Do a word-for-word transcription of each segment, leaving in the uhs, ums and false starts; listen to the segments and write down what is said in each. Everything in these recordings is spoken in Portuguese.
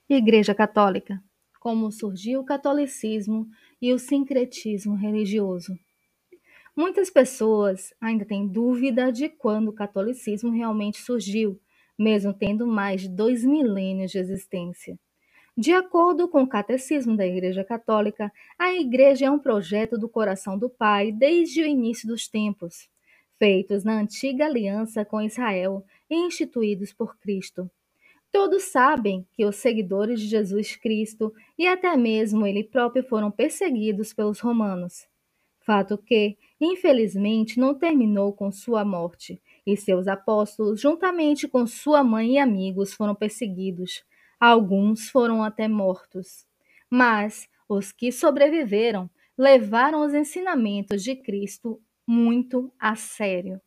Igreja Católica. Como surgiu o catolicismo e o sincretismo religioso. Muitas pessoas ainda têm dúvida de quando o catolicismo realmente surgiu, mesmo tendo mais de dois milênios de existência. De acordo com o Catecismo da Igreja Católica, a Igreja é um projeto do coração do Pai desde o início dos tempos, feitos na antiga aliança com Israel e instituídos por Cristo. Todos sabem que os seguidores de Jesus Cristo e até mesmo ele próprio foram perseguidos pelos romanos. Fato que, infelizmente, não terminou com sua morte, e seus apóstolos, juntamente com sua mãe e amigos, foram perseguidos. Alguns foram até mortos. Mas os que sobreviveram levaram os ensinamentos de Cristo muito a sério.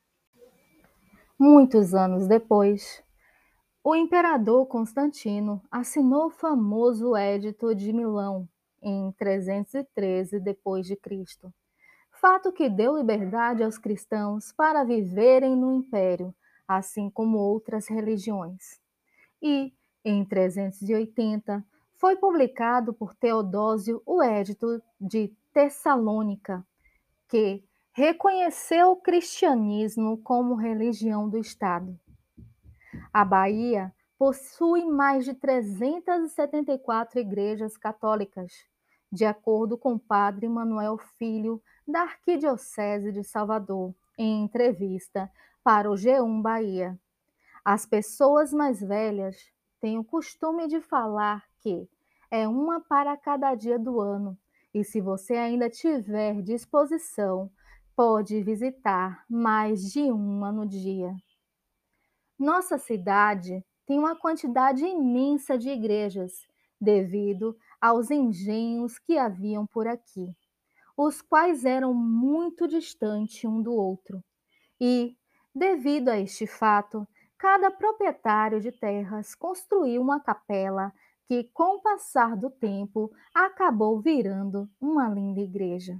Muitos anos depois, o imperador Constantino assinou o famoso Edito de Milão em trezentos e treze depois de Cristo, fato que deu liberdade aos cristãos para viverem no império, assim como outras religiões. E, em trezentos e oitenta, foi publicado por Teodósio o Edito de Tessalônica, que reconheceu o cristianismo como religião do Estado. A Bahia possui mais de trezentas e setenta e quatro igrejas católicas, de acordo com o padre Manuel Filho, da Arquidiocese de Salvador, em entrevista para o G um Bahia. As pessoas mais velhas têm o costume de falar que é uma para cada dia do ano, e se você ainda tiver disposição, pode visitar mais de uma no dia. Nossa cidade tem uma quantidade imensa de igrejas, devido aos engenhos que haviam por aqui, os quais eram muito distantes um do outro. E, devido a este fato, cada proprietário de terras construiu uma capela que, com o passar do tempo, acabou virando uma linda igreja.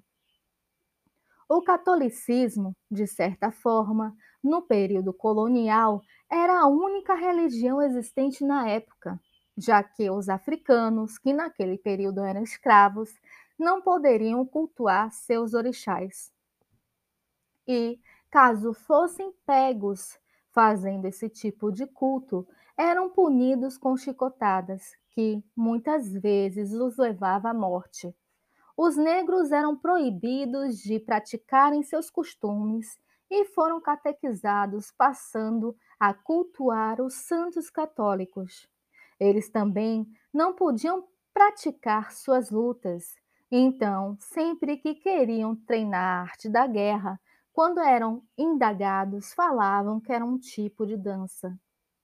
O catolicismo, de certa forma, no período colonial, era a única religião existente na época, já que os africanos, que naquele período eram escravos, não poderiam cultuar seus orixás. E, caso fossem pegos fazendo esse tipo de culto, eram punidos com chicotadas, que muitas vezes os levava à morte. Os negros eram proibidos de praticarem seus costumes e foram catequizados, passando a cultuar os santos católicos. Eles também não podiam praticar suas lutas. Então, sempre que queriam treinar a arte da guerra, quando eram indagados, falavam que era um tipo de dança.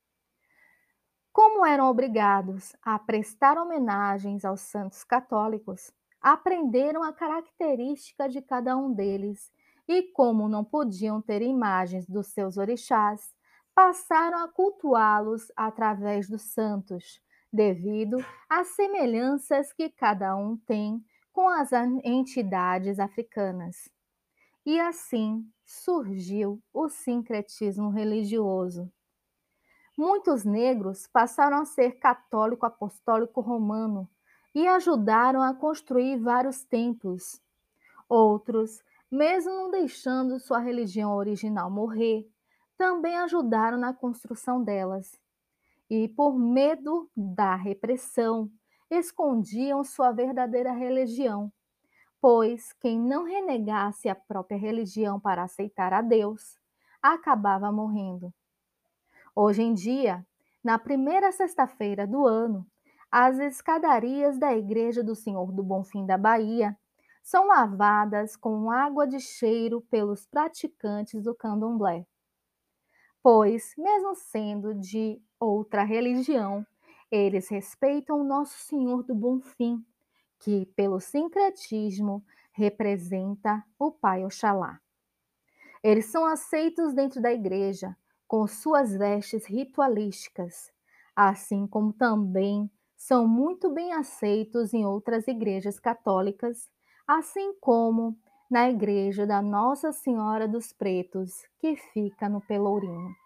Como eram obrigados a prestar homenagens aos santos católicos, aprenderam a característica de cada um deles e, como não podiam ter imagens dos seus orixás, passaram a cultuá-los através dos santos, devido às semelhanças que cada um tem com as entidades africanas. E assim surgiu o sincretismo religioso. Muitos negros passaram a ser católico apostólico romano e ajudaram a construir vários templos. Outros, mesmo não deixando sua religião original morrer, também ajudaram na construção delas. E, por medo da repressão, escondiam sua verdadeira religião, pois quem não renegasse a própria religião para aceitar a Deus, acabava morrendo. Hoje em dia, na primeira sexta-feira do ano, as escadarias da Igreja do Senhor do Bonfim da Bahia são lavadas com água de cheiro pelos praticantes do candomblé. Pois, mesmo sendo de outra religião, eles respeitam o Nosso Senhor do Bonfim, que, pelo sincretismo, representa o Pai Oxalá. Eles são aceitos dentro da igreja, com suas vestes ritualísticas, assim como também são muito bem aceitos em outras igrejas católicas, assim como na igreja da Nossa Senhora dos Pretos, que fica no Pelourinho.